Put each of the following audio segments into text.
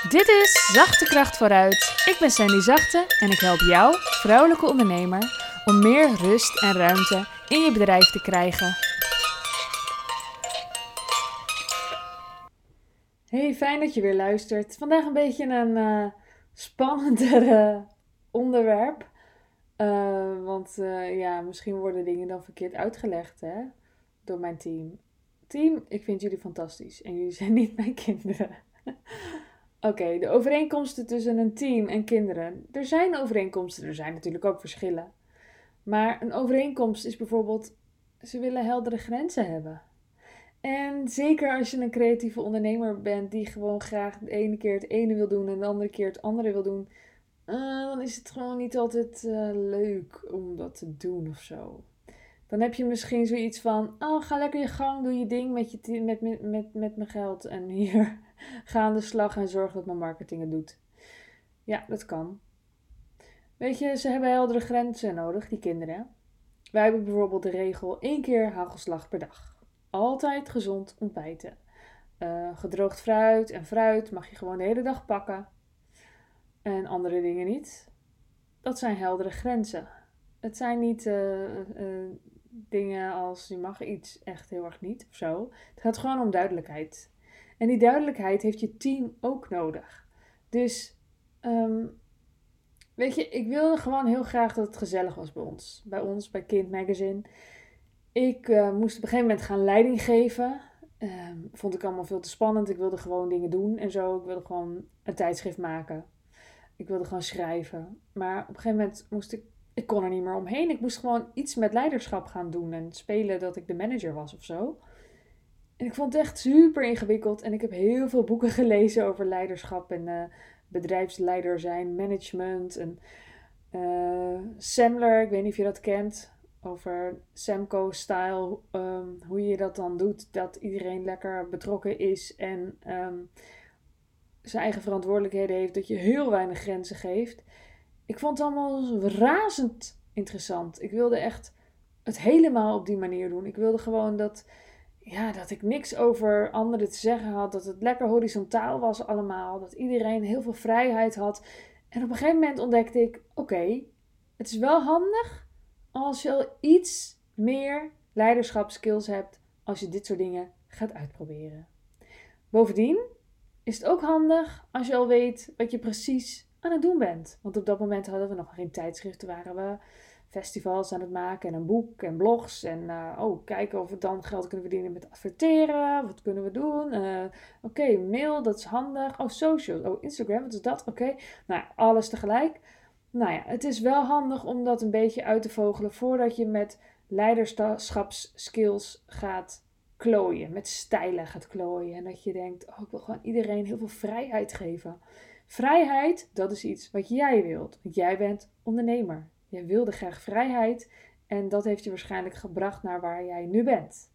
Dit is Zachte Kracht Vooruit. Ik ben Sandy Zachte en ik help jou, vrouwelijke ondernemer, om meer rust en ruimte in je bedrijf te krijgen. Hey, fijn dat je weer luistert. Vandaag een beetje een spannender onderwerp. Want misschien worden dingen dan verkeerd uitgelegd door mijn team. Team, ik vind jullie fantastisch en jullie zijn niet mijn kinderen. Oké, de overeenkomsten tussen een team en kinderen. Er zijn overeenkomsten, er zijn natuurlijk ook verschillen. Maar een overeenkomst is bijvoorbeeld, ze willen heldere grenzen hebben. En zeker als je een creatieve ondernemer bent die gewoon graag de ene keer het ene wil doen en de andere keer het andere wil doen, dan is het gewoon niet altijd leuk om dat te doen of zo. Dan heb je misschien zoiets van, oh, ga lekker je gang, doe je ding met mijn geld en hier ga aan de slag en zorg dat mijn marketing het doet. Ja, dat kan. Weet je, ze hebben heldere grenzen nodig, die kinderen. Wij hebben bijvoorbeeld de regel 1 keer hagelslag per dag. Altijd gezond ontbijten. Gedroogd fruit en fruit mag je gewoon de hele dag pakken. En andere dingen niet. Dat zijn heldere grenzen. Het zijn niet dingen als je mag iets echt heel erg niet of zo. Het gaat gewoon om duidelijkheid. En die duidelijkheid heeft je team ook nodig. Dus weet je, ik wilde gewoon heel graag dat het gezellig was bij ons. Bij ons, bij Kind Magazine. Ik moest op een gegeven moment gaan leiding geven. Vond ik allemaal veel te spannend. Ik wilde gewoon dingen doen en zo. Ik wilde gewoon een tijdschrift maken. Ik wilde gewoon schrijven. Maar op een gegeven moment ik kon er niet meer omheen. Ik moest gewoon iets met leiderschap gaan doen. En spelen dat ik de manager was of zo. En ik vond het echt super ingewikkeld. En ik heb heel veel boeken gelezen over leiderschap en bedrijfsleider zijn, management. En Sandler, ik weet niet of je dat kent. Over Semco-style, hoe je dat dan doet. Dat iedereen lekker betrokken is en zijn eigen verantwoordelijkheden heeft. Dat je heel weinig grenzen geeft. Ik vond het allemaal razend interessant. Ik wilde echt het helemaal op die manier doen. Ik wilde gewoon dat ik niks over anderen te zeggen had. Dat het lekker horizontaal was allemaal. Dat iedereen heel veel vrijheid had. En op een gegeven moment ontdekte ik, oké, het is wel handig als je al iets meer leiderschapskills hebt als je dit soort dingen gaat uitproberen. Bovendien is het ook handig als je al weet wat je precies aan het doen bent. Want op dat moment hadden we nog geen tijdschriften, waren we festivals aan het maken en een boek en blogs. En kijken of we dan geld kunnen verdienen met adverteren. Wat kunnen we doen? Oké, mail, dat is handig. Oh, social. Oh, Instagram, wat is dat? Oké. Nou, alles tegelijk. Nou ja, het is wel handig om dat een beetje uit te vogelen voordat je met leiderschapskills gaat klooien, met stijlen gaat klooien. En dat je denkt, ik wil gewoon iedereen heel veel vrijheid geven. Vrijheid, dat is iets wat jij wilt. Want jij bent ondernemer. Jij wilde graag vrijheid en dat heeft je waarschijnlijk gebracht naar waar jij nu bent.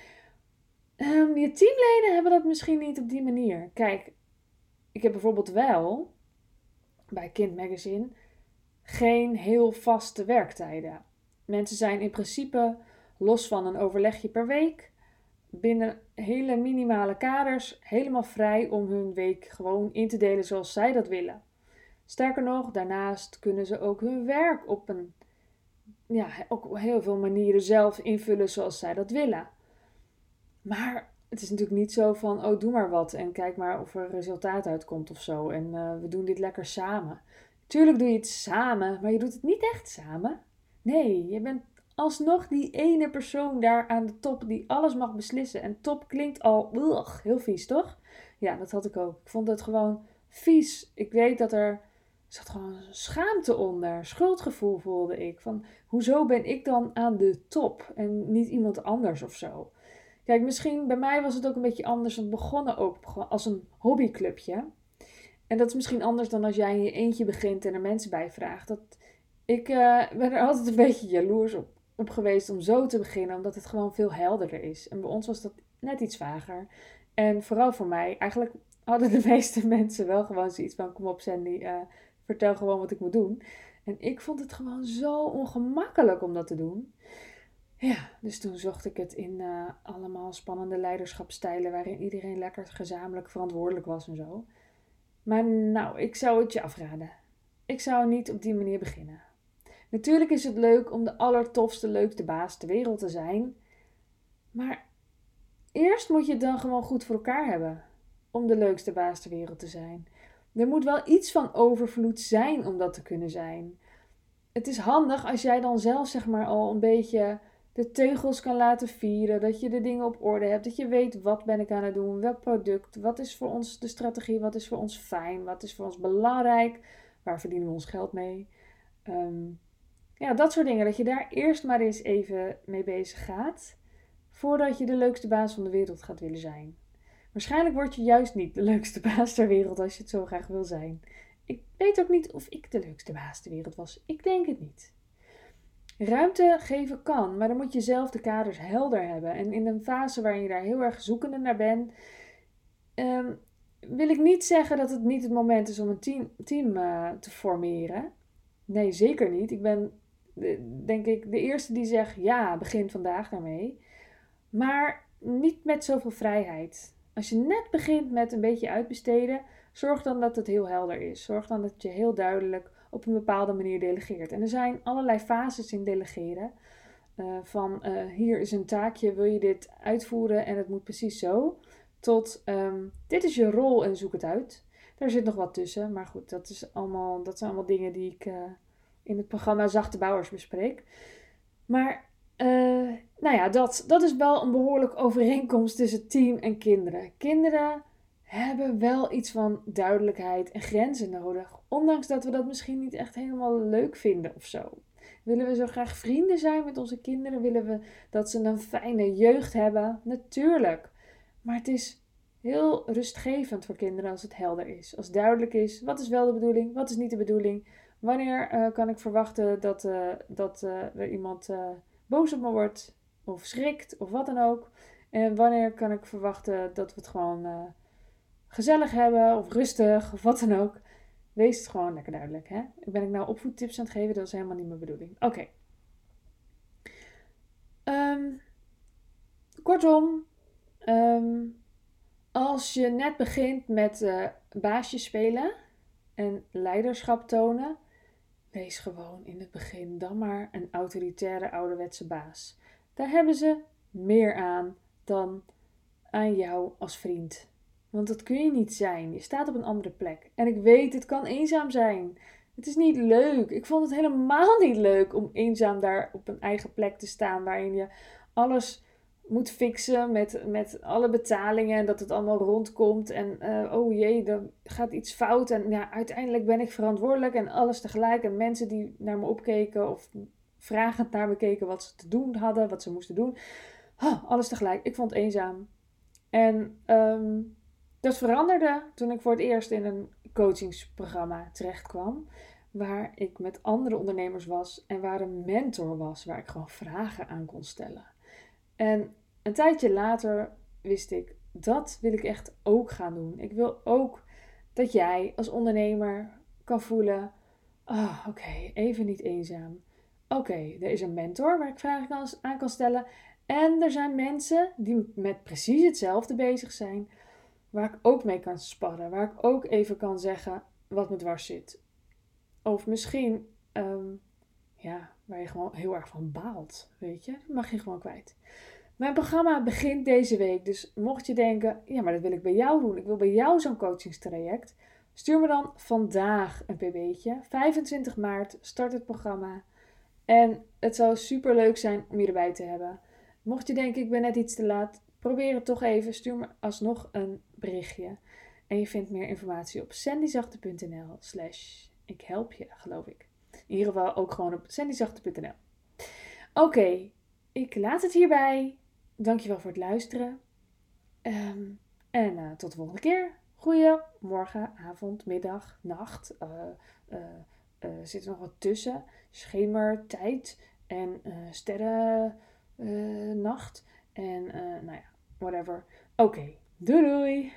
Je teamleden hebben dat misschien niet op die manier. Kijk, ik heb bijvoorbeeld wel bij Kind Magazine geen heel vaste werktijden. Mensen zijn in principe los van een overlegje per week binnen hele minimale kaders helemaal vrij om hun week gewoon in te delen zoals zij dat willen. Sterker nog, daarnaast kunnen ze ook hun werk op ook op heel veel manieren zelf invullen zoals zij dat willen. Maar het is natuurlijk niet zo van, doe maar wat en kijk maar of er resultaat uitkomt of zo. En we doen dit lekker samen. Tuurlijk doe je het samen, maar je doet het niet echt samen. Nee, je bent alsnog die ene persoon daar aan de top die alles mag beslissen. En top klinkt al heel vies, toch? Ja, dat had ik ook. Ik vond het gewoon vies. Ik weet dat er zat gewoon schaamte onder. Schuldgevoel voelde ik. Van, hoezo ben ik dan aan de top en niet iemand anders of zo? Kijk, misschien bij mij was het ook een beetje anders. Het begonnen ook als een hobbyclubje. En dat is misschien anders dan als jij in je eentje begint en er mensen bij vraagt. Ik ben er altijd een beetje jaloers op geweest om zo te beginnen, omdat het gewoon veel helderder is. En bij ons was dat net iets vager. En vooral voor mij, eigenlijk hadden de meeste mensen wel gewoon zoiets van, kom op Sandy, vertel gewoon wat ik moet doen. En ik vond het gewoon zo ongemakkelijk om dat te doen. Ja, dus toen zocht ik het in allemaal spannende leiderschapstijlen waarin iedereen lekker gezamenlijk verantwoordelijk was en zo. Maar nou, ik zou het je afraden. Ik zou niet op die manier beginnen. Natuurlijk is het leuk om de allertofste, leukste baas ter wereld te zijn. Maar eerst moet je het dan gewoon goed voor elkaar hebben om de leukste baas ter wereld te zijn. Er moet wel iets van overvloed zijn om dat te kunnen zijn. Het is handig als jij dan zelf zeg maar al een beetje de teugels kan laten vieren. Dat je de dingen op orde hebt. Dat je weet wat ben ik aan het doen. Welk product. Wat is voor ons de strategie. Wat is voor ons fijn. Wat is voor ons belangrijk. Waar verdienen we ons geld mee. Ja, dat soort dingen. Dat je daar eerst maar eens even mee bezig gaat. Voordat je de leukste baas van de wereld gaat willen zijn. Waarschijnlijk word je juist niet de leukste baas ter wereld als je het zo graag wil zijn. Ik weet ook niet of ik de leukste baas ter wereld was. Ik denk het niet. Ruimte geven kan, maar dan moet je zelf de kaders helder hebben. En in een fase waarin je daar heel erg zoekende naar bent, wil ik niet zeggen dat het niet het moment is om een team te formeren. Nee, zeker niet. Ik ben, denk ik, de eerste die zegt, ja, begin vandaag daarmee. Maar niet met zoveel vrijheid. Als je net begint met een beetje uitbesteden, zorg dan dat het heel helder is. Zorg dan dat je heel duidelijk op een bepaalde manier delegeert. En er zijn allerlei fases in delegeren. Hier is een taakje, wil je dit uitvoeren en het moet precies zo. Tot dit is je rol en zoek het uit. Daar zit nog wat tussen, maar goed, dat zijn allemaal dingen die ik in het programma Zachte Bouwers bespreek. Maar nou ja, dat is wel een behoorlijke overeenkomst tussen team en kinderen. Kinderen hebben wel iets van duidelijkheid en grenzen nodig. Ondanks dat we dat misschien niet echt helemaal leuk vinden of zo. Willen we zo graag vrienden zijn met onze kinderen? Willen we dat ze een fijne jeugd hebben? Natuurlijk. Maar het is heel rustgevend voor kinderen als het helder is. Als duidelijk is, wat is wel de bedoeling, wat is niet de bedoeling. Wanneer kan ik verwachten dat er iemand boos op me wordt of schrikt of wat dan ook. En wanneer kan ik verwachten dat we het gewoon gezellig hebben of rustig of wat dan ook. Wees het gewoon lekker duidelijk. Hè? Ben ik nou opvoedtips aan het geven? Dat is helemaal niet mijn bedoeling. Oké. Kortom, als je net begint met baasjes spelen en leiderschap tonen, wees gewoon in het begin dan maar een autoritaire ouderwetse baas. Daar hebben ze meer aan dan aan jou als vriend. Want dat kun je niet zijn. Je staat op een andere plek. En ik weet, het kan eenzaam zijn. Het is niet leuk. Ik vond het helemaal niet leuk om eenzaam daar op een eigen plek te staan. Waarin je alles moet fixen met alle betalingen. En dat het allemaal rondkomt. En oh jee, er gaat iets fout. En ja, uiteindelijk ben ik verantwoordelijk. En alles tegelijk. En mensen die naar me opkeken of vragend naar me keken wat ze te doen hadden. Wat ze moesten doen. Alles tegelijk. Ik vond het eenzaam. En dat veranderde toen ik voor het eerst in een coachingsprogramma terecht kwam. Waar ik met andere ondernemers was en waar een mentor was. Waar ik gewoon vragen aan kon stellen. En een tijdje later wist ik, dat wil ik echt ook gaan doen. Ik wil ook dat jij als ondernemer kan voelen, oké, even niet eenzaam. Oké, er is een mentor waar ik vragen aan kan stellen. En er zijn mensen die met precies hetzelfde bezig zijn, waar ik ook mee kan sparren. Waar ik ook even kan zeggen wat me dwars zit. Of misschien, waar je gewoon heel erg van baalt, weet je. Dat mag je gewoon kwijt. Mijn programma begint deze week, dus mocht je denken, ja, maar dat wil ik bij jou doen. Ik wil bij jou zo'n coachingstraject. Stuur me dan vandaag een pb'tje. 25 maart start het programma. En het zou super leuk zijn om je erbij te hebben. Mocht je denken, ik ben net iets te laat, probeer het toch even. Stuur me alsnog een berichtje. En je vindt meer informatie op sandyzachte.nl/ik help je, geloof ik. In ieder geval ook gewoon op sandyzachte.nl. Oké, ik laat het hierbij. Dankjewel voor het luisteren. En tot de volgende keer. Goeiemorgen, avond, middag, nacht. Zit er nog wat tussen? Schemertijd en sterrennacht. En nou ja, whatever. Oké, doei doei!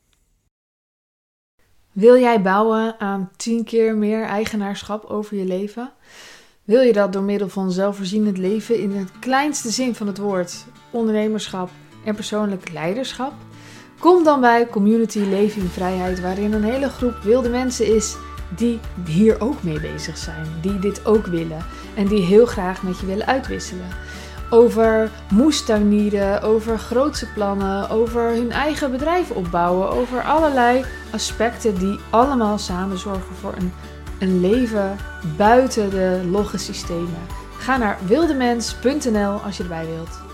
Wil jij bouwen aan 10 keer meer eigenaarschap over je leven? Wil je dat door middel van zelfvoorzienend leven in de kleinste zin van het woord, ondernemerschap en persoonlijk leiderschap? Kom dan bij Community Leven in Vrijheid, waarin een hele groep wilde mensen is die hier ook mee bezig zijn. Die dit ook willen en die heel graag met je willen uitwisselen. Over moestuinieren, over grootse plannen, over hun eigen bedrijf opbouwen. Over allerlei aspecten die allemaal samen zorgen voor een leven buiten de logge systemen. Ga naar wildemens.nl als je erbij wilt.